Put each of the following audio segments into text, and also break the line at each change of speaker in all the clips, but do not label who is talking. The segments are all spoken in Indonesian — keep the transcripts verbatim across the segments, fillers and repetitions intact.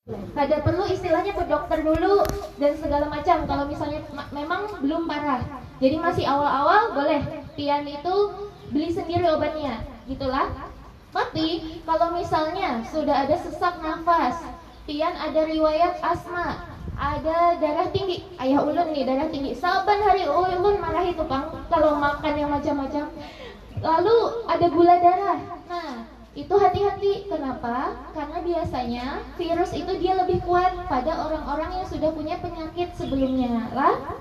Kada perlu istilahnya ke dokter dulu dan segala macam kalau misalnya memang belum parah. Jadi masih awal-awal boleh pian itu beli sendiri obatnya, gitulah. Tapi kalau misalnya sudah ada sesak nafas, pian ada riwayat asma, ada darah tinggi, ayah ulun nih darah tinggi, saban hari ulun marah itu Kang kalau makan yang macam-macam. Lalu ada gula darah. Nah, itu hati-hati. Kenapa? Karena biasanya virus itu dia lebih kuat pada orang-orang yang sudah punya penyakit sebelumnya lah.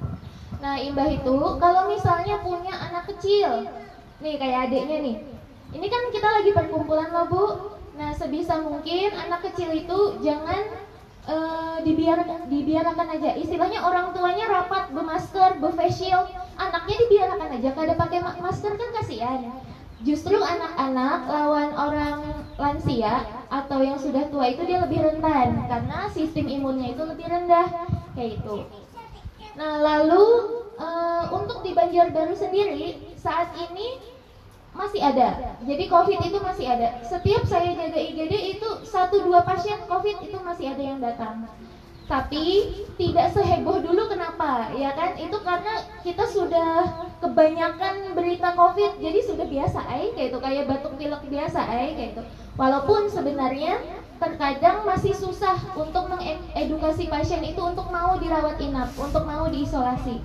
Nah, imbah itu kalau misalnya punya anak kecil, nih kayak adiknya nih, ini kan kita lagi perkumpulan loh Bu. Nah, sebisa mungkin anak kecil itu jangan uh, dibiar dibiarkan aja. Istilahnya orang tuanya rapat bermasker, berface shield, anaknya dibiarkan aja. Kada pakai masker kan kasihan. Justru anak-anak lawan orang lansia atau yang sudah tua itu dia lebih rentan karena sistem imunnya itu lebih rendah kayak itu. Nah, lalu uh, untuk di Banjarbaru sendiri saat ini masih ada. Jadi COVID itu masih ada. Setiap saya jaga I G D itu satu dua pasien COVID itu masih ada yang datang. Tapi tidak seheboh dulu, kenapa? Ya kan, itu karena kita sudah kebanyakan berita COVID, jadi sudah biasa ay, kayak itu kayak batuk pilek biasa ay, kayak itu. Walaupun sebenarnya terkadang masih susah untuk mengedukasi pasien itu untuk mau dirawat inap, untuk mau diisolasi.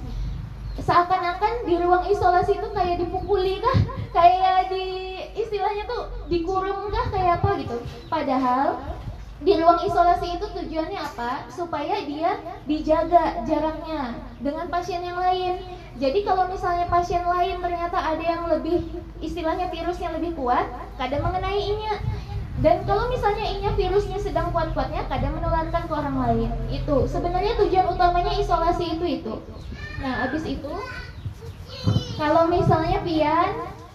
Seakan-akan di ruang isolasi itu kayak dipukuli kah? Kayak di istilahnya tuh dikurung kah kayak apa gitu. Padahal di ruang isolasi itu tujuannya apa? Supaya dia dijaga jaraknya dengan pasien yang lain. Jadi kalau misalnya pasien lain ternyata ada yang lebih istilahnya virusnya lebih kuat, kadang mengenai inya. Dan kalau misalnya inya virusnya sedang kuat-kuatnya, kadang menularkan ke orang lain. Itu sebenarnya tujuan utamanya isolasi itu itu. Nah, habis itu kalau misalnya pian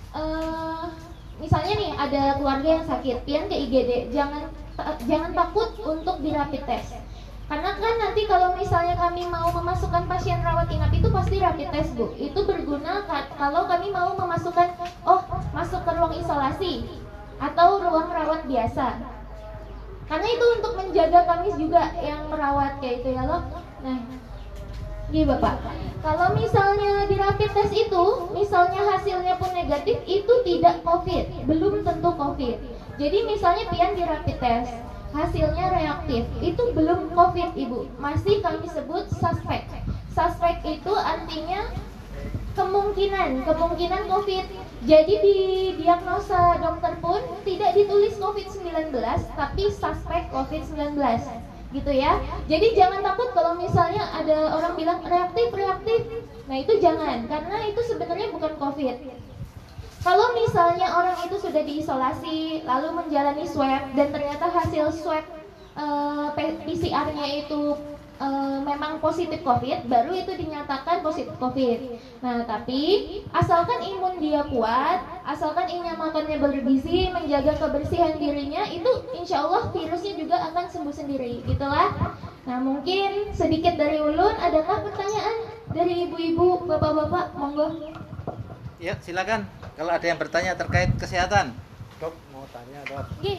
uh, misalnya nih ada keluarga yang sakit, pian ke I G D, jangan jangan takut untuk di rapid test. Karena kan nanti kalau misalnya kami mau memasukkan pasien rawat inap itu pasti rapid test Bu. Itu berguna kalau kami mau memasukkan oh masuk ke ruang isolasi atau ruang rawat biasa. Karena itu untuk menjaga kami juga yang merawat kayak itu ya loh. Nah, gini Bapak, kalau misalnya di rapid test itu, misalnya hasilnya pun negatif, itu tidak COVID, belum tentu COVID. Jadi misalnya pian di rapid test, hasilnya reaktif, itu belum COVID Ibu, masih kami sebut suspek. Suspek itu artinya kemungkinan, kemungkinan COVID. Jadi di diagnosa dokter pun tidak ditulis COVID sembilan belas, tapi suspek COVID sembilan belas. Gitu ya. Jadi jangan takut kalau misalnya ada orang bilang reaktif, reaktif. Nah, itu jangan, karena itu sebenarnya bukan COVID. Kalau misalnya orang itu sudah diisolasi, lalu menjalani swab dan ternyata hasil swab uh, P C R-nya itu uh, memang positif COVID, baru itu dinyatakan positif COVID. Nah, tapi asalkan imun dia kuat, asalkan inya makannya bergizi, menjaga kebersihan dirinya, itu insya Allah virusnya juga akan sembuh sendiri, gitulah. Nah, mungkin sedikit dari ulun. Adakah pertanyaan dari ibu-ibu, bapak-bapak? Monggo.
Ya, silakan. Kalau ada yang bertanya terkait kesehatan.
Dok, mau tanya dok.
Gih.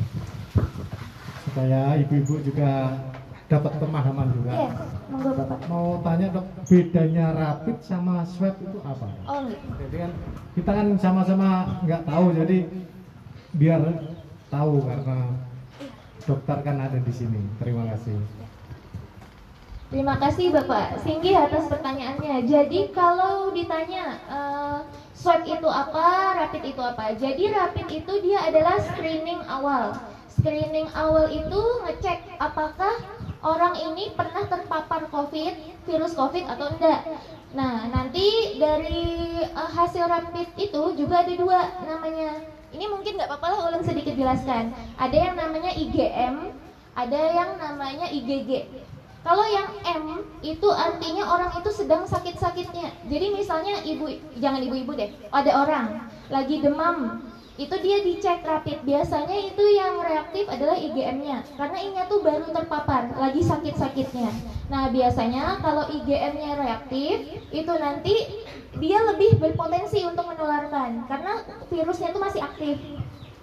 Supaya ibu-ibu juga dapat pemahaman juga.
Iya, monggo Bapak.
Mau tanya dok, bedanya rapid sama swab itu apa?
Oh, gitu.
Jadi kan kita kan sama-sama nggak tahu, jadi biar tahu karena dokter kan ada di sini. Terima kasih.
Terima kasih Bapak Singgi atas pertanyaannya. Jadi kalau ditanya uh, swab itu apa, rapid itu apa? Jadi rapid itu dia adalah screening awal. Screening awal itu ngecek apakah orang ini pernah terpapar COVID, virus COVID atau enggak. Nah, nanti dari uh, hasil rapid itu juga ada dua namanya. Ini mungkin nggak apa-apa lah ulun sedikit jelaskan. Ada yang namanya I G M, ada yang namanya I G G. Kalau yang M itu artinya orang itu sedang sakit-sakitnya. Jadi misalnya ibu, jangan ibu-ibu deh, ada orang lagi demam, itu dia dicek rapid. Biasanya itu yang reaktif adalah I G M-nya, karena I-nya tuh baru terpapar, lagi sakit-sakitnya. Nah, biasanya kalau I G M-nya reaktif, itu nanti dia lebih berpotensi untuk menularkan, karena virusnya itu masih aktif.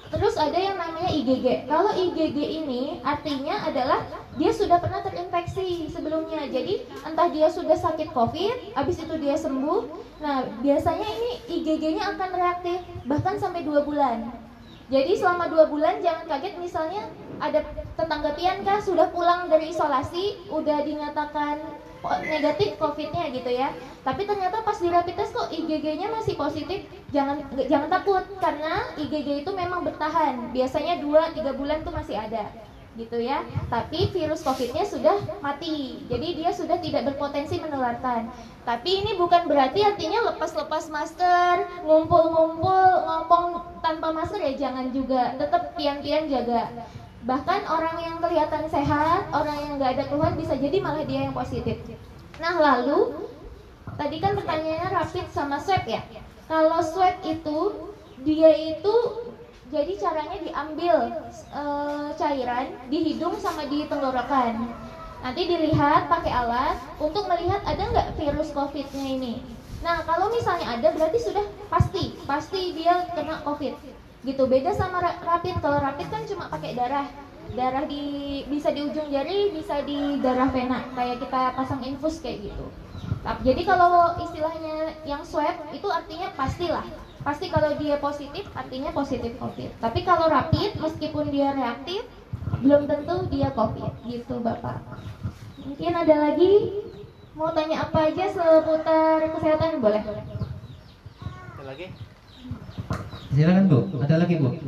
Terus ada yang namanya I G G. Kalau I G G ini artinya adalah dia sudah pernah terinfeksi sebelumnya. Jadi entah dia sudah sakit COVID, habis itu dia sembuh. Nah, biasanya ini I G G-nya akan reaktif bahkan sampai dua bulan. Jadi selama dua bulan jangan kaget misalnya ada tetangga pian kah sudah pulang dari isolasi, udah dinyatakan negatif COVID-nya gitu ya. Tapi ternyata pas di rapid test kok I G G-nya masih positif. Jangan jangan takut karena I G G itu memang bertahan. Biasanya dua tiga bulan tuh masih ada. Gitu ya. Tapi virus COVID-nya sudah mati. Jadi dia sudah tidak berpotensi menularkan. Tapi ini bukan berarti artinya lepas-lepas masker, ngumpul-ngumpul, ngomong tanpa masker ya jangan juga. Tetap pian-pian jaga. Bahkan orang yang kelihatan sehat, orang yang nggak ada keluhan bisa jadi malah dia yang positif. Nah lalu, tadi kan pertanyaannya rapid sama swab ya. Kalau swab itu, dia itu jadi caranya diambil e, cairan di hidung sama di tenggorokan. Nanti dilihat pakai alat untuk melihat ada nggak virus COVID-nya ini. Nah kalau misalnya ada berarti sudah pasti, pasti dia kena COVID. Gitu, beda sama rapid. Kalau rapid kan cuma pakai darah darah di bisa di ujung jari, bisa di darah vena kayak kita pasang infus kayak gitu. Jadi kalau istilahnya yang swab itu artinya pastilah pasti kalau dia positif artinya positif COVID. Tapi kalau rapid meskipun dia reaktif belum tentu dia COVID gitu Bapak. Mungkin ada lagi mau tanya apa aja seputar kesehatan boleh?
Ada lagi?
Silakan Bu, ada lagi Bu.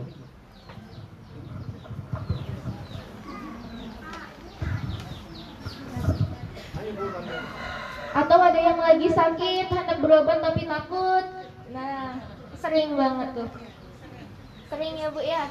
Atau ada yang lagi sakit, hendak berobat tapi takut. Nah, sering banget tuh. Sering ya Bu ya?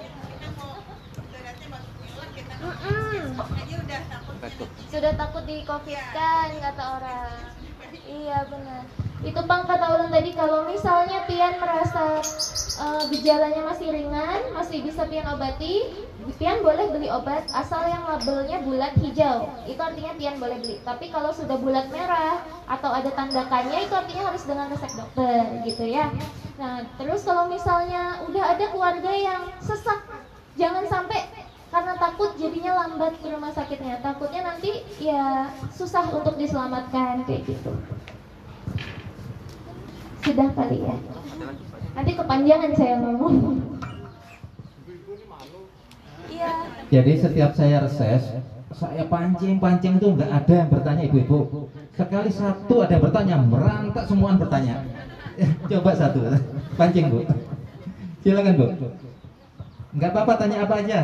Mm-mm. Sudah takut di COVID kan kata orang. Iya benar. Itu Bang kata ulang tadi kalau misalnya pian merasa uh, gejalanya masih ringan, masih bisa pian obati, pian boleh beli obat asal yang labelnya bulat hijau. Itu artinya pian boleh beli. Tapi kalau sudah bulat merah atau ada tandakannya itu artinya harus dengan resep dokter gitu ya. Nah, terus kalau misalnya udah ada keluarga yang sesak, jangan sampai karena takut jadinya lambat ke rumah sakitnya. Takutnya nanti ya susah untuk diselamatkan kayak gitu. Sudah kali ya. Nanti kepanjangan saya ngomong. Iya.
Jadi setiap saya reses, saya pancing-pancing itu nggak ada yang bertanya ibu-ibu. Sekali satu ada yang bertanya, merantak semuaan bertanya. Coba satu, pancing Bu. Silakan Bu. Nggak apa-apa, tanya apa aja.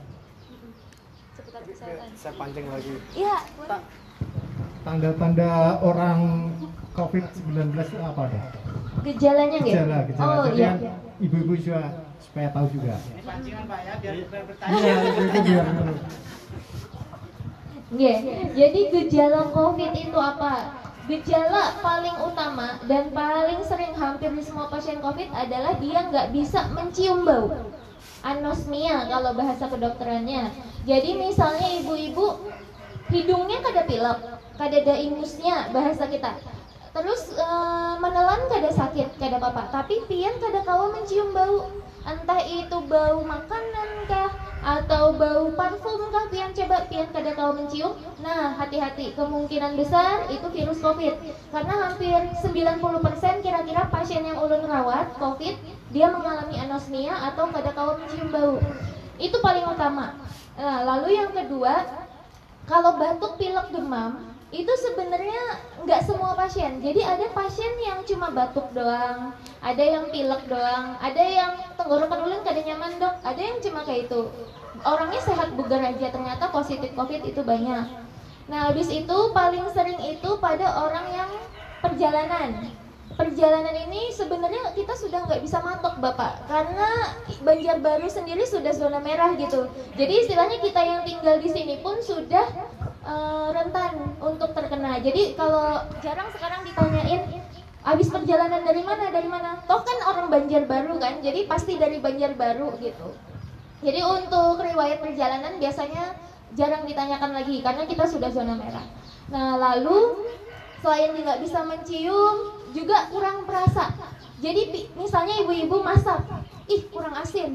Saya pancing lagi.
Iya.
Tanda-tanda orang COVID sembilan belas itu apa deh?
Gejalanya nggak?
Gejala, gejala.
Oh
Jadi
iya.
kan ibu-ibu juga supaya tahu juga.
Pancingan Pak ya, biar biar bertanya.
Iya, itu biar dulu.
Yeah. Jadi gejala COVID itu apa? Gejala paling utama dan paling sering hampir di semua pasien COVID adalah dia nggak bisa mencium bau. Anosmia kalau bahasa kedokterannya. Jadi misalnya ibu-ibu hidungnya kada pilek, kada ada ingusnya bahasa kita. Terus e, menelan kada sakit, kada apa-apa. Tapi pian kada kawa mencium bau. Entah itu bau makanan kah atau bau parfum kah, pian coba pian kada kawa mencium. Nah, hati-hati, kemungkinan besar itu virus COVID. Karena hampir sembilan puluh persen kira-kira pasien yang ulun rawat COVID, dia mengalami anosmia atau kada kawa mencium bau. Itu paling utama. Nah, lalu yang kedua, kalau batuk, pilek, demam itu sebenarnya nggak semua pasien. Jadi ada pasien yang cuma batuk doang, ada yang pilek doang, ada yang tenggorokan ulun kada nyaman dok, ada yang cuma kayak itu. Orangnya sehat bugar aja, ternyata positif COVID itu banyak. Nah habis itu paling sering itu pada orang yang perjalanan. Perjalanan ini sebenarnya kita sudah nggak bisa matok Bapak, karena Banjarbaru sendiri sudah zona merah gitu. Jadi istilahnya kita yang tinggal di sini pun sudah uh, rentan untuk terkena. Jadi kalau jarang sekarang ditanyain habis perjalanan dari mana, dari mana? Toh kan orang Banjarbaru kan, jadi pasti dari Banjarbaru gitu. Jadi untuk riwayat perjalanan biasanya jarang ditanyakan lagi karena kita sudah zona merah. Nah lalu selain tidak bisa mencium, juga kurang perasa. Jadi misalnya ibu-ibu masak, ih kurang asin,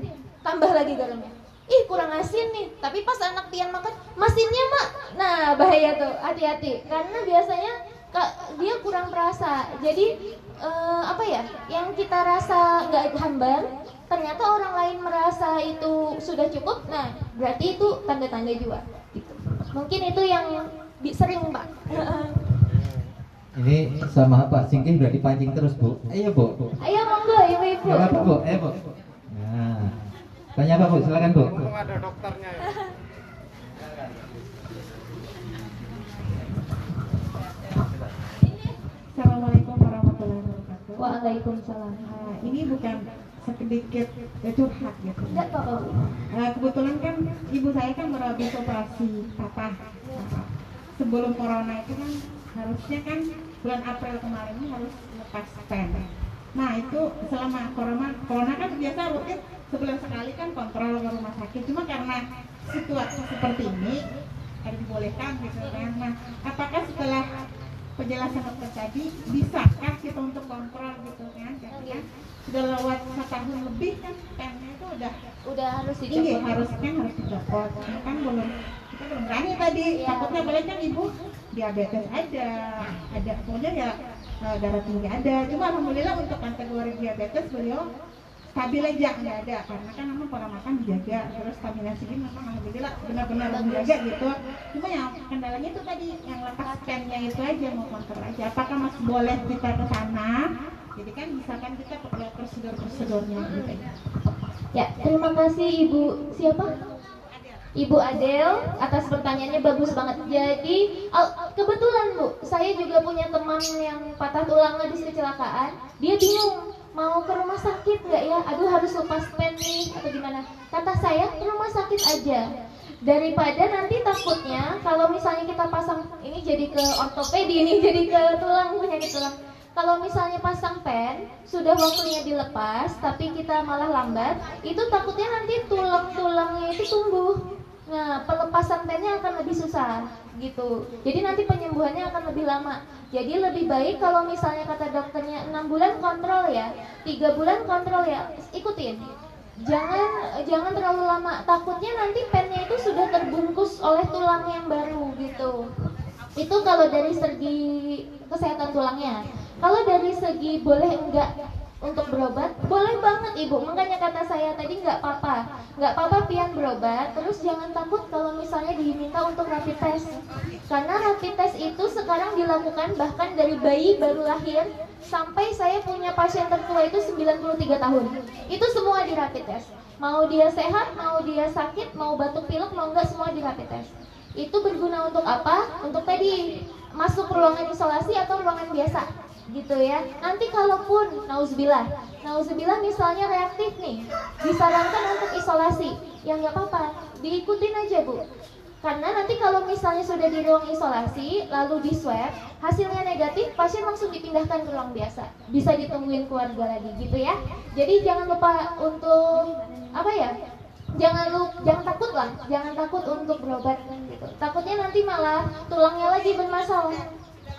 tambah lagi garamnya. Ih kurang asin nih, tapi pas anak pian makan, masinnya mak, nah bahaya tuh, hati-hati. Karena biasanya dia kurang perasa. Jadi eh, apa ya, yang kita rasa nggak hambar, ternyata orang lain merasa itu sudah cukup. Nah berarti itu tanda-tanda juga. Gitu. Mungkin itu yang sering Pak.
Ini sama Pak Singkih udah dipancing terus Bu. Ayo Bu.
Ayo monggo ibu-ibu.
Gak apa-apa Bu, ayo Bu. Nah, tanya apa Bu? Silakan Bu.
Mumpung ada dokternya ya.
Assalamualaikum warahmatullahi wabarakatuh.
Waalaikumsalam.
Nah, ini bukan sedikit ya, curhat gitu.
Enggak apa-apa Bu.
Nah, kebetulan kan ibu saya kan baru habis operasi patah. Nah, sebelum corona itu kan harusnya kan bulan April kemarin ini harus lepas pen. Nah itu selama corona, corona kan biasa rutin sebulan sekali kan kontrol ke rumah sakit. Cuma karena situasi seperti ini harus dibolehkan gitu kan. Nah apakah setelah penjelasan dokter tadi bisakah kita untuk kontrol gitu kan? Karena sudah lewat satu tahun lebih kan pennya itu udah
Udah harus
ini
dicopot.
harusnya harus dicopot. Nah, kan belum kita belum berani tadi.
Iya.
Takutnya boleh kan ibu diabetes ada, ada kemudian ya eh, darah tinggi ada. Cuma alhamdulillah untuk kategori diabetes beliau stabil aja nggak ada karena kan memang pola makan dijaga, terus stamina ini memang alhamdulillah benar-benar menjaga gitu. Cuma yang kendalanya itu tadi yang lepas pennya itu aja mau kontrol aja. Apakah masih boleh kita ke sana? Jadi kan misalkan kita perlu prosedur-prosedurnya gitu.
Ya, terima kasih Ibu siapa? Ibu Adel atas pertanyaannya bagus banget. Jadi al- kebetulan Bu, saya juga punya teman yang patah tulang habis kecelakaan. Dia bingung mau ke rumah sakit nggak ya? Aduh harus lepas pen nih atau gimana? Kata saya ke rumah sakit aja. Daripada nanti takutnya kalau misalnya kita pasang ini jadi ke ortopedi ini jadi ke tulang penyakit tulang. Kalau misalnya pasang pen, sudah waktunya dilepas, tapi kita malah lambat, itu takutnya nanti tulang-tulangnya itu tumbuh. Nah, pelepasan pennya akan lebih susah, gitu. Jadi nanti penyembuhannya akan lebih lama. Jadi lebih baik kalau misalnya kata dokternya enam bulan kontrol ya, tiga bulan kontrol ya, ikutin. Jangan jangan terlalu lama, takutnya nanti pennya itu sudah terbungkus oleh tulang yang baru, gitu. Itu kalau dari segi kesehatan tulangnya. Kalau dari segi boleh enggak untuk berobat, boleh banget Ibu. Makanya kata saya tadi nggak apa-apa, nggak apa-apa pian berobat. Terus jangan takut kalau misalnya diminta untuk rapid test, karena rapid test itu sekarang dilakukan bahkan dari bayi baru lahir sampai saya punya pasien tertua itu sembilan puluh tiga tahun. Itu semua di rapid test. Mau dia sehat, mau dia sakit, mau batuk pilek, mau enggak, semua di rapid test. Itu berguna untuk apa? Untuk tadi masuk ruangan isolasi atau ruangan biasa gitu ya. Nanti kalaupun nauzubillah, nauzubillah misalnya reaktif nih, disarankan untuk isolasi, ya nggak apa-apa, diikutin aja Bu. Karena nanti kalau misalnya sudah di ruang isolasi, lalu di swab, hasilnya negatif, pasien langsung dipindahkan ke ruang biasa, bisa ditungguin keluarga lagi gitu ya. Jadi jangan lupa untuk apa ya? Jangan lu, jangan takut lah, jangan takut untuk berobat gitu. Takutnya nanti malah tulangnya lagi bermasalah.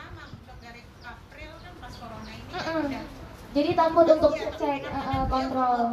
Uh-uh. Jadi takut untuk cek uh, uh, kontrol.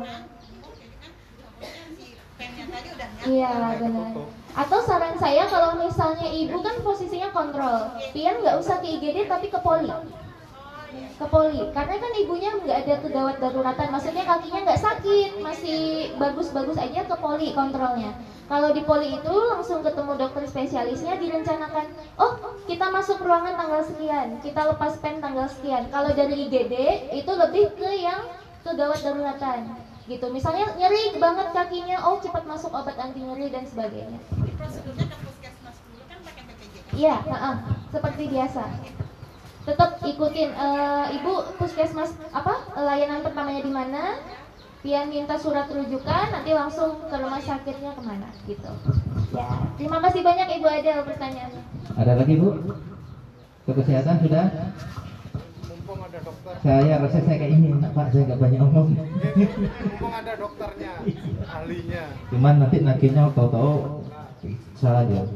Iya benar. Atau saran saya kalau misalnya ibu kan posisinya kontrol, pian nggak usah ke I G D tapi ke poli. Ke poli, karena kan ibunya nggak ada kegawat daruratan, maksudnya kakinya nggak sakit, masih bagus-bagus aja, ke poli kontrolnya. Kalau di poli itu langsung ketemu dokter spesialisnya, direncanakan, oh kita masuk ruangan tanggal sekian, kita lepas pen tanggal sekian. Kalau dari I G D itu lebih ke yang kegawat daruratan gitu, misalnya nyeri banget kakinya, oh cepat masuk obat anti nyeri dan sebagainya.
Prosedurnya ke puskesmas dulu kan pakai B P J S.
Iya, uh-uh, seperti biasa. Tetap ikutin uh, ibu puskesmas apa layanan pertamanya di mana, pian minta surat rujukan, nanti langsung ke rumah sakitnya kemana gitu. Ya, terima kasih banyak Ibu Adel pertanyaannya.
Ada lagi Bu? Ke kesehatan sudah?
Mumpung ada dokter.
Saya rasa saya kayak ini enak Pak, saya nggak banyak ngomong.
Mumpung ada dokternya, ahlinya.
Cuman nanti nagihnya tahu-tahu salah aja.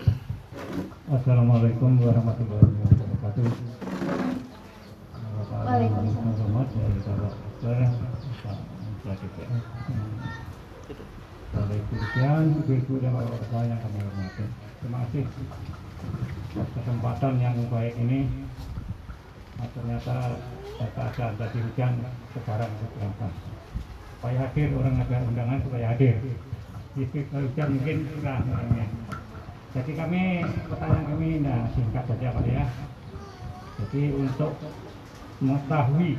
Assalamualaikum warahmatullahi wabarakatuh.
Waalaikumsalam.
Selamat dari Bapak Dokter, Pak Ketua D P R. Bapak Ibu sekalian, ibu-ibu dan bapak-bapak yang kami hormati. Terima kasih atas kesempatan yang baik ini. Nah, ternyata data ada tadi hujan sekarang berangkat. Supaya hadir orang ada undangan supaya hadir. Jadi kalau hujan mungkin kurang orangnya. Jadi kami pertanyaan kami nah singkat saja Pak ya. Jadi untuk mengetahui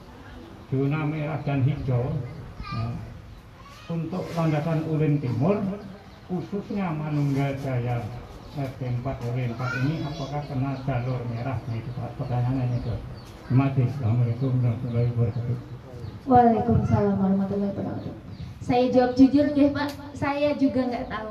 zona merah dan hijau nah, untuk landasan Ulin Timur khususnya Manunggal Jaya R T empat Ulin empat ini apakah kena jalur merah gitu Pak? Pertanyaannya itu. Terima kasih. Assalamualaikum warahmatullahi wabarakatuh.
Waalaikumsalam warahmatullahi wabarakatuh. Saya jawab jujur deh Pak, saya juga nggak tahu.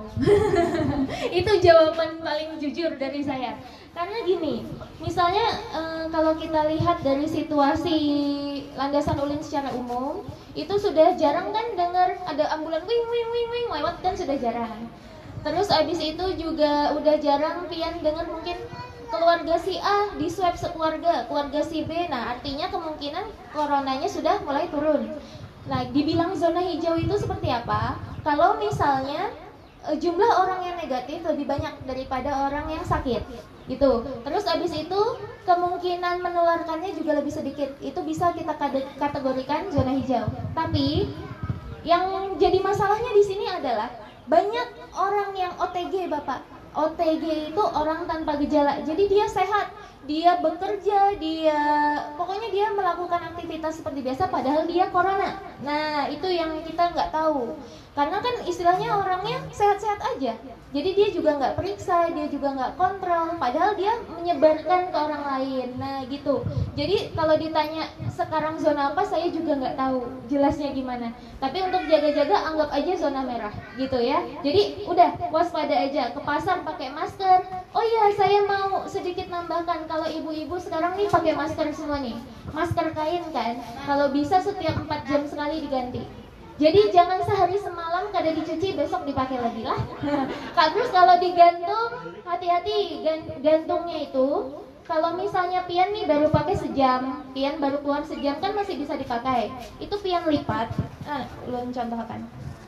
Itu jawaban paling jujur dari saya. Karena gini, misalnya eh, kalau kita lihat dari situasi landasan ulin secara umum, itu sudah jarang kan dengar ada ambulan wing wing wing wing lewat kan sudah jarang. Terus abis itu juga udah jarang pian dengar mungkin keluarga si A di swab sekeluarga, keluarga si B. Nah artinya kemungkinan coronanya sudah mulai turun. Nah, dibilang zona hijau itu seperti apa? Kalau misalnya e, jumlah orang yang negatif lebih banyak daripada orang yang sakit, gitu. Terus abis itu kemungkinan menularkannya juga lebih sedikit. Itu bisa kita kategorikan zona hijau. Tapi yang jadi masalahnya di sini adalah banyak orang yang O T G, Bapak. O T G itu orang tanpa gejala. Jadi dia sehat. Dia bekerja, dia pokoknya dia melakukan aktivitas seperti biasa padahal dia corona. Nah itu yang kita nggak tahu karena kan istilahnya orangnya sehat-sehat aja, jadi dia juga nggak periksa, dia juga nggak kontrol padahal dia menyebarkan ke orang lain. Nah gitu, jadi kalau ditanya sekarang zona apa saya juga nggak tahu jelasnya gimana, tapi untuk jaga-jaga anggap aja zona merah gitu ya. Jadi udah waspada aja, ke pasar pakai masker. Oh iya saya mau sedikit nambahkan, kalau ibu-ibu sekarang nih pakai masker semua nih, masker kain kan, kalau bisa setiap empat jam sekali diganti. Jadi jangan sehari semalam kada dicuci besok dipakai lagi lah. Terus kalau digantung hati-hati, gantungnya itu kalau misalnya pian nih baru pakai sejam, pian baru keluar sejam kan masih bisa dipakai. Itu pian lipat. Nah, ulun contohkan.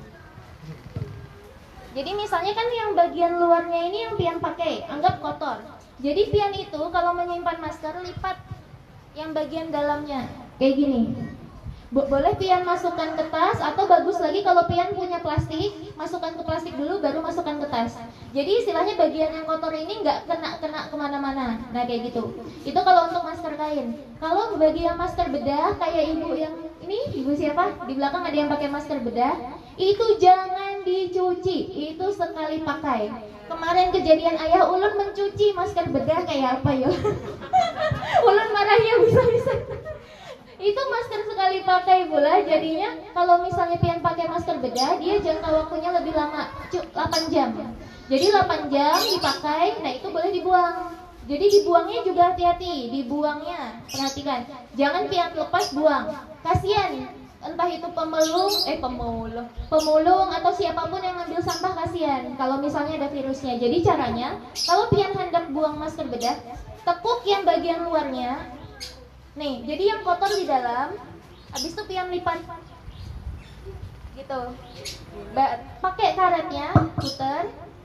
Jadi misalnya kan yang bagian luarnya ini yang pian pakai, anggap kotor. Jadi pian itu kalau menyimpan masker lipat yang bagian dalamnya kayak gini. Bo boleh pian masukkan ke tas atau bagus lagi kalau pian punya plastik, masukkan ke plastik dulu baru masukkan ke tas. Jadi istilahnya bagian yang kotor ini nggak kena-kena kemana-mana. Nah kayak gitu. Itu kalau untuk masker kain. Kalau bagian masker bedah kayak ibu yang ini, ibu siapa? Di belakang ada yang pakai masker bedah. Itu jangan dicuci, itu sekali pakai. Kemarin kejadian ayah ulun mencuci masker bedah kayak apa ya? Ulun marahnya bisa-bisa. Itu masker sekali pakai pula, jadinya kalau misalnya pian pakai masker bedah, dia jangka waktunya lebih lama, delapan jam. Jadi delapan jam dipakai, nah itu boleh dibuang. Jadi dibuangnya juga hati-hati, dibuangnya perhatikan. Jangan pian lepas buang, kasihan. Entah itu pemulung, eh pemulung, pemulung atau siapapun yang ngambil sampah kasihan. Kalau misalnya ada virusnya, jadi caranya kalau pian hendak buang masker bedah, tekuk yang bagian luarnya. Nih, jadi yang kotor di dalam, habis itu pian lipat, gitu. Pakai karetnya, puter.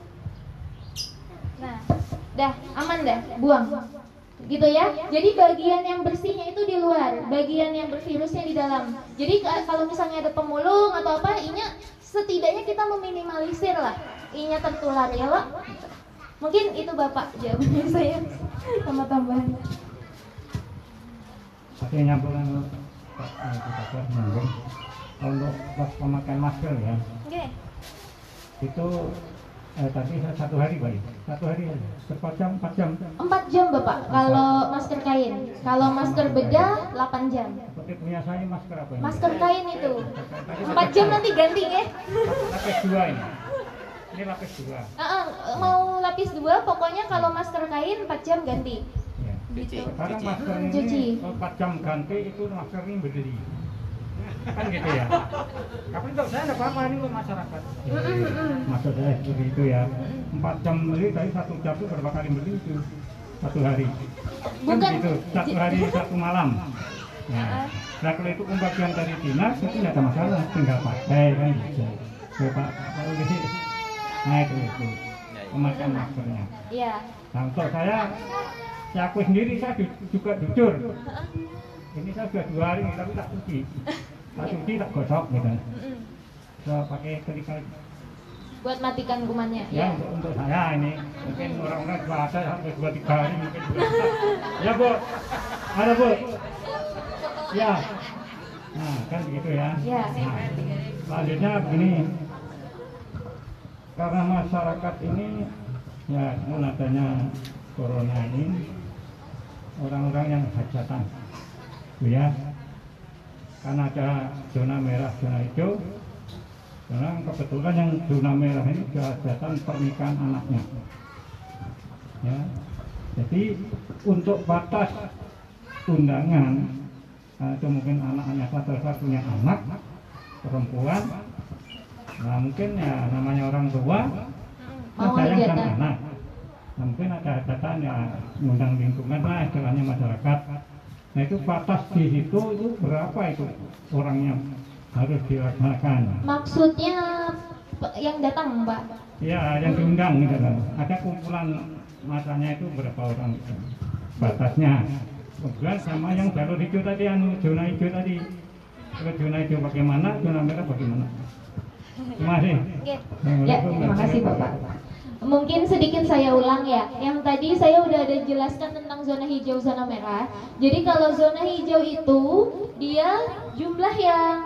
Nah, dah aman dah, buang. Gitu ya. Jadi bagian yang bersihnya itu di luar, bagian yang bervirusnya di dalam. Jadi kalau misalnya ada pemulung atau apa, inya setidaknya kita meminimalisir lah, inya tertular ya loh. Mungkin itu Bapak jawabannya saya sama tambahan.
Oke, nyambungan Pak Dokter nyambung. Untuk pemakaian masker ya. Oke. Itu eh, tadi satu hari Pak. Satu hari aja. Berapa jam? Empat jam.
Empat jam Bapak. Kalau masker kain. Kalau masker bedah delapan jam.
Seperti punya saya masker apa ini?
Masker kain itu. Empat jam nanti ganti ya.
Lapis dua ini. Ini lapis dua.
Uh, uh, mau lapis dua. Pokoknya kalau masker kain empat jam ganti. Gitu.
Sekarang masker ini
Cuci.
empat jam ganti itu masker ini berdiri. Kan gitu ya. Tapi untuk saya enggak apa-apa ini untuk masyarakat. Maksud saya seperti itu ya. empat jam beli tadi satu jam itu berapa kali beli itu? Satu hari. Kan
Bukan
gitu. Satu hari satu malam. Nah, nah kalau itu pembagian dari dinas itu nggak ada masalah, tinggal pakai kan gitu. Ya, Pak, kalau gitu, nah itu itu pemakaian maskernya.
Iya.
Nah untuk saya, saya aku sendiri saya ju- juga jujur. Ini saya sudah dua hari tapi tak cuci, tak cuci tak gosok gitu.
Mm-mm.
Saya pakai ketika
Buat matikan kumannya.
ya untuk, untuk saya ini mungkin orang-orang puasa sampai dua tiga hari mungkin bisa. Ya Bu, ada Bu. Ya, nah kan begitu ya.
Ya.
Nah, selanjutnya begini, karena masyarakat ini ya dengan adanya corona ini orang-orang yang hajatan, gitu ya, karena ada zona merah, zona hijau. Karena kebetulan yang zona merah ini hajatan pernikahan anaknya, ya. Jadi untuk batas undangan itu mungkin anaknya satu-satunya anak perempuan, nah mungkin ya namanya orang tua kan
Mau
sayang
hajatan.
sama anak, nah, mungkin ada hajatan ya mengundang lingkungan lah istilahnya masyarakat. Nah itu batas di situ itu berapa itu orangnya harus dilaksanakan?
Maksudnya pe- yang datang, Pak.
Ya yang diundang gitu kan. Ada kumpulan masanya itu berapa orang gitu. Batasnya. Kemudian sama yang jalur hijau tadi, anu zona hijau tadi. Kalau zona hijau bagaimana, zona merah bagaimana? Terima kasih.
Oke. Ya, terima kasih Bapak. Mungkin sedikit saya ulang ya. Yang tadi saya udah ada jelaskan tentang zona hijau, zona merah. Jadi kalau zona hijau itu dia jumlah yang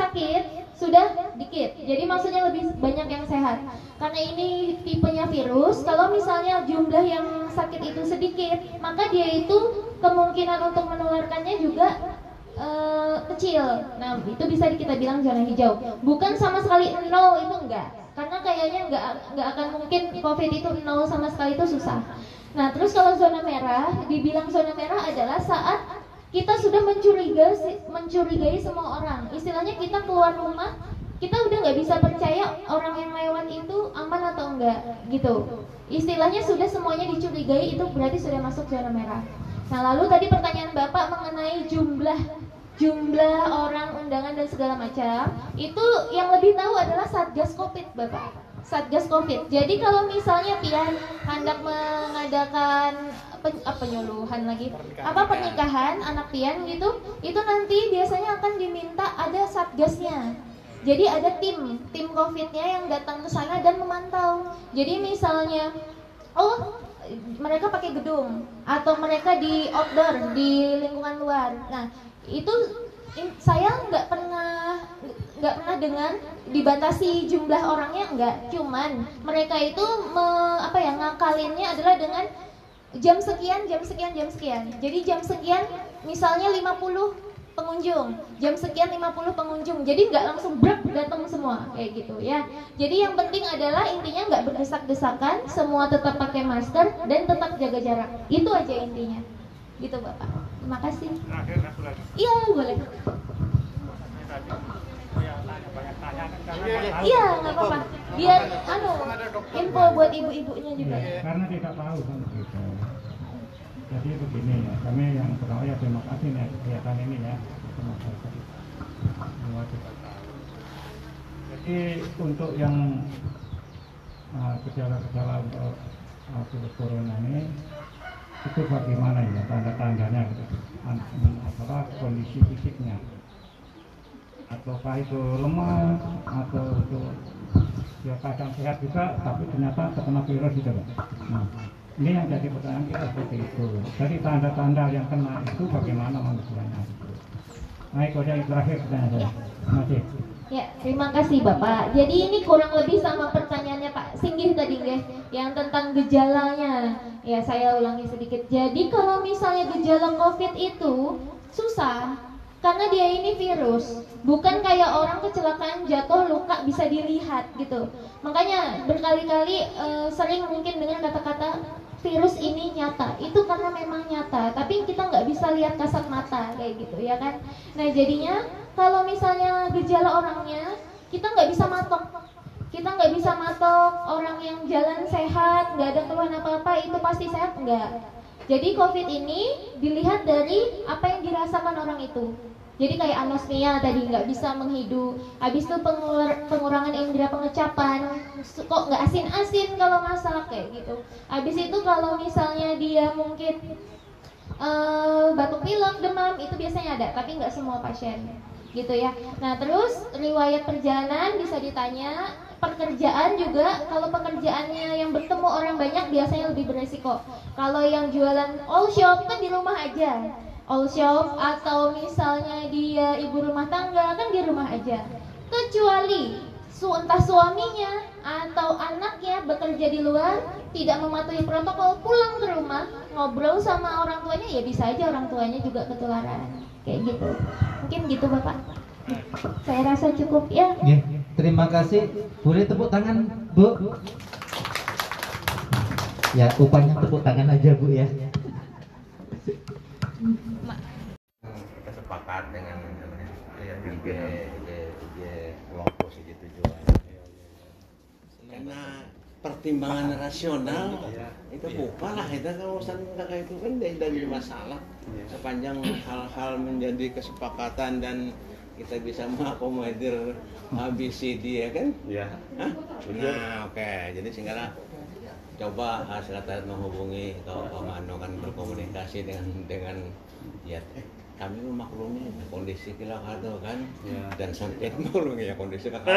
sakit sudah dikit. Jadi maksudnya lebih banyak yang sehat. Karena ini tipenya virus, kalau misalnya jumlah yang sakit itu sedikit, maka dia itu kemungkinan untuk menularkannya juga eh, kecil. Nah, itu bisa kita bilang zona hijau. Bukan sama sekali nol, itu enggak. Karena kayaknya enggak enggak akan mungkin COVID itu nol sama sekali, itu susah. Nah, terus kalau zona merah, dibilang zona merah adalah saat kita sudah mencurigai mencurigai semua orang. Istilahnya kita keluar rumah, kita udah nggak bisa percaya orang yang lewat itu aman atau enggak gitu. Istilahnya sudah semuanya dicurigai, itu berarti sudah masuk zona merah. Nah, lalu tadi pertanyaan Bapak mengenai jumlah jumlah orang, undangan dan segala macam, itu yang lebih tahu adalah Satgas Covid, Bapak. Satgas Covid. Jadi kalau misalnya Pian hendak mengadakan pen, apa, penyuluhan lagi apa pernikahan anak Pian gitu, itu nanti biasanya akan diminta ada satgasnya. Jadi ada tim tim Covidnya yang datang ke sana dan memantau. Jadi misalnya, oh mereka pakai gedung atau mereka di outdoor di lingkungan luar. Nah itu in, saya nggak pernah nggak pernah dengar dibatasi jumlah orangnya, enggak. Cuman mereka itu me, apa ya ngakalinnya adalah dengan jam sekian, jam sekian, jam sekian. Jadi jam sekian misalnya lima puluh pengunjung, jam sekian lima puluh pengunjung. Jadi nggak langsung brek datang semua kayak gitu ya. Jadi yang penting adalah intinya nggak berdesak-desakan, semua tetap pakai masker dan tetap jaga jarak. Itu aja intinya. Gitu Bapak. Terima kasih.
Terakhir satu lagi.
Iya boleh.
Iya,
Iya nggak apa-apa. Biar anu info buat ibu-ibunya juga.
karena tidak tahu kan gitu. Jadi begini ya, kami yang pertama ya terima kasih nih kegiatan ini ya. Terima kasih. Terima kasih. Jadi untuk yang uh, gejala-gejala untuk uh, virus corona ini itu bagaimana ya tanda-tandanya gitu. An- apa kondisi fisiknya, ataukah itu lemah atau itu ya kadang sehat juga tapi ternyata terkena virus gitu. Nah, ini yang jadi pertanyaan kita seperti itu. Jadi tanda-tanda yang kena itu bagaimana manusianya itu. Nah, itu aja yang terakhir pertanyaan saya. Terima kasih.
Ya, terima kasih Bapak. Jadi ini kurang lebih sama pertanyaannya Pak Singgih tadi nggih, yang tentang gejalanya. Ya, saya ulangi sedikit. Jadi kalau misalnya gejala COVID itu susah karena dia ini virus, bukan kayak orang kecelakaan jatuh luka bisa dilihat gitu. Makanya berkali-kali e, sering mungkin dengan kata-kata virus ini nyata, itu karena memang nyata, tapi kita nggak bisa lihat kasat mata kayak gitu ya kan. Nah jadinya kalau misalnya gejala orangnya kita nggak bisa matok, kita nggak bisa matok orang yang jalan sehat, nggak ada keluhan apa-apa itu pasti sehat, nggak. Jadi COVID ini dilihat dari apa yang dirasakan orang itu. Jadi kayak anosmia tadi nggak bisa menghidu, habis itu pengur- pengurangan indera pengecapan, kok nggak asin-asin kalau masak kayak gitu. Habis itu kalau misalnya dia mungkin uh, batuk pilek, demam itu biasanya ada, tapi nggak semua pasien gitu ya. Nah terus riwayat perjalanan bisa ditanya, pekerjaan juga, kalau pekerjaannya yang bertemu orang banyak biasanya lebih beresiko. Kalau yang jualan all shop kan di rumah aja. All shop atau misalnya dia ibu rumah tangga kan di rumah aja, kecuali su entah suaminya atau anaknya bekerja di luar tidak mematuhi protokol, pulang ke rumah ngobrol sama orang tuanya, ya bisa aja orang tuanya juga ketularan kayak gitu. Mungkin gitu Bapak, saya rasa cukup ya.
Ya, terima kasih. Boleh tepuk tangan Bu? Ya, upahnya tepuk tangan aja Bu ya.
Kita sepakat dengan I G I G kelompok segitu juga. Karena pertimbangan rasional itu bukan lah, itu kalau urusan kayak itu kan dari masalah sepanjang hal-hal menjadi kesepakatan dan kita bisa mengakomodir A B C D ya kan? Iya. Nah, oke. Jadi sehingga coba saya menghubungi atau Pak Mano kan berkomunikasi dengan dengan ya kami memaklumi kondisi kita kado kan ya. Dan sampai maklumi ya kondisi kakak.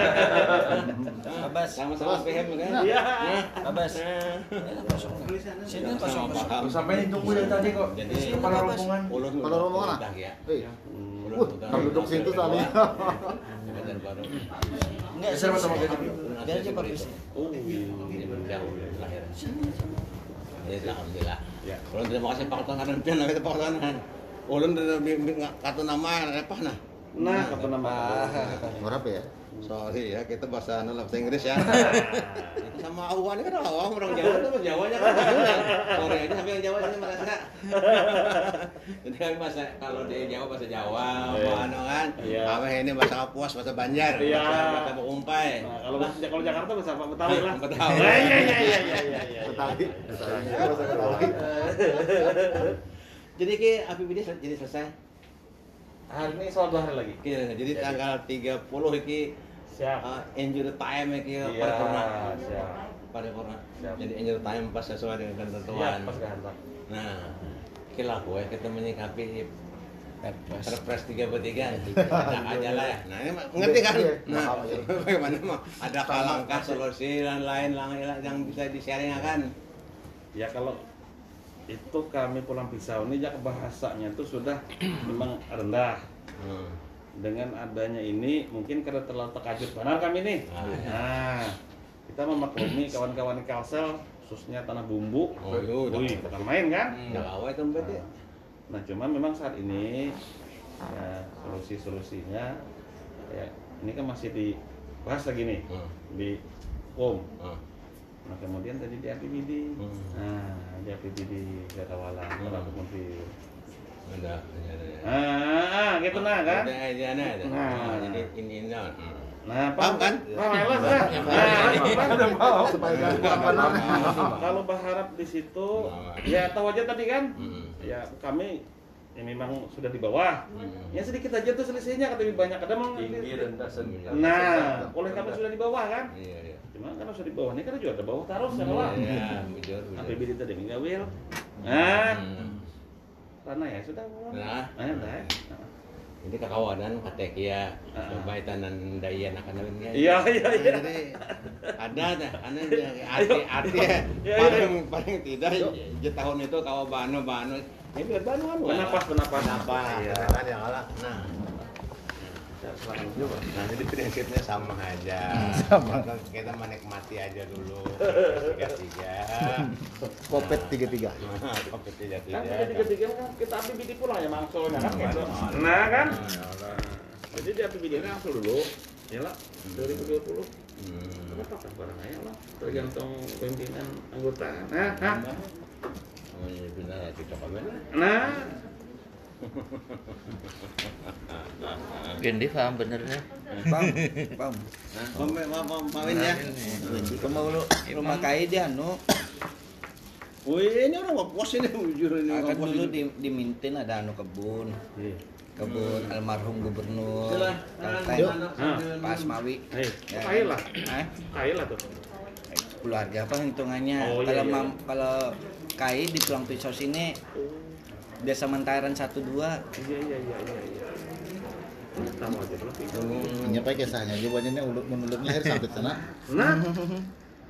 Abas sama-sama paham kan? Iya. Abas. Sini pasang paham. Sampai ditunggu dari tadi kok. Jadi kepala rombongan. Kepala rombongan ah. Eh. Kalau duduk situ tadi. Enggak sama-sama gaji. Biar aja Pak Bisi. Oh, ini jauh lahir. Jadi alhamdulillah. Ya. Kalau terima kasih Pak Tuan karena pian kita Pak Tuan. Ulun kata nama apa nah? Nah, kata nama. Berapa ya? Sorry ya, kita bahasa bahasa Inggris ya. Itu sama awan kan awam orang Jawa itu Jawanya kan. Sorry aja sampai yang Jawa sini merasa. Jadi kami bahasa kalau di Jawa bahasa Jawa, apa kan? Apa ini bahasa Kapuas, bahasa Banjar, bahasa Umpai.
Kalau kalau Jakarta bahasa apa Betawi lah.
Betawi.
Iya iya iya iya iya.
Betawi. Betawi. Jadi ke A P B D jadi selesai.
Hari ini soal dua hari lagi.
Jadi tanggal tiga puluh iki siap. Uh, injury time iki ya, paripurna. Siap. Paripurna. Jadi injury time pas sesuai dengan ketentuan. Pas kehendak. Nah, kira gue kita menyikapi Perpres tiga puluh tiga ada aja lah ya. Nah, ini ngerti kan? Nah, bagaimana mau ada langkah solusi dan lain-lain yang bisa di-sharingkan.
Ya kalau itu kami Pulang Pisau ini ya bahasanya itu sudah memang rendah. Hmm. Dengan adanya ini mungkin karena terlalu terkajut benar kami nih. Ah, ya. Nah, kita memaklumi kawan-kawan Kalsel khususnya tanah bumbu. Oh, iya, bukan main kan?
Enggak awal itu berarti.
Nah, cuman memang saat ini ya solusi-solusinya ya ini kan masih dibahas lagi nih hmm. di P O M. Hmm. Nah kemudian tadi di A P B D, hmm. nah di A P B D Gatawalan, Kota Kemudian.
Ada, ada.
Ah, gitu nah kan?
Ada aja ada. Nah, jadi ini ini.
Nah, paham kan? Paham lah. Udah mau. Kalau berharap di situ, ya tahu aja tadi kan? Ya kami ya memang sudah di bawah. Hmm. Ya sedikit aja tuh selisihnya kata lebih banyak. Ada memang tinggi rendah sembilan. Nah, oleh kami sudah di bawah kan? Iya, iya. Cuma karena sudah di bawah ini kan juga ada bawah taruh sekolah. Iya, bujur. A P B D tadi enggak wil. Nah. Karena ya sudah. Nah, nah.
Ini kekawanan katek ya, kebaikan dan daya anak anak ini.
Iya iya iya.
Jadi ada dah, karena arti arti paling paling tidak di tahun itu kawa bano bano. Ini biar bano kan.
Benapas benapas.
Benapas. Kan yang kalah. Nah. Nah jadi prinsipnya sama aja. Sama. Kita menikmati aja dulu. Tiga tiga.
Kopet tiga tiga.
Kopet tiga tiga.
Kan tiga tiga kan kita A P B D pulang ya mangsolnya kan. Nah kan. Jadi di A P B D langsung dulu. Ya lah. dua ribu dua puluh. Kita pakai barang aja lah. Tergantung pimpinan anggota. Nah, nah.
Oh iya benar kita pakai.
Nah.
Gendi paham bener ya?
Paham, paham.
Nah, pam pam pam pam ya.
Kita mau lu rumah kaya dia anu
Wih, ini orang Papua ini jujur ini.
Nah, kan
Papua
dulu
ini.
di, di Mintin ada anu kebun.
Iya.
Kebun almarhum gubernur
Itulah,
Kalteng,
Yuk.
Pak Asmawi.
Hei,
Ya.
kaya lah.
Eh?
Kaya lah tuh.
Keluarga apa hitungannya?
Oh, iya,
kalau
iya.
mam- kalau Kai di Tulang Pisau sini biasa mentaran satu dua.
Iya iya iya iya iya. Tahu aja belum.
Nyampai kisahnya, jawabannya ulut menulutnya akhir sampai sana.
Nah,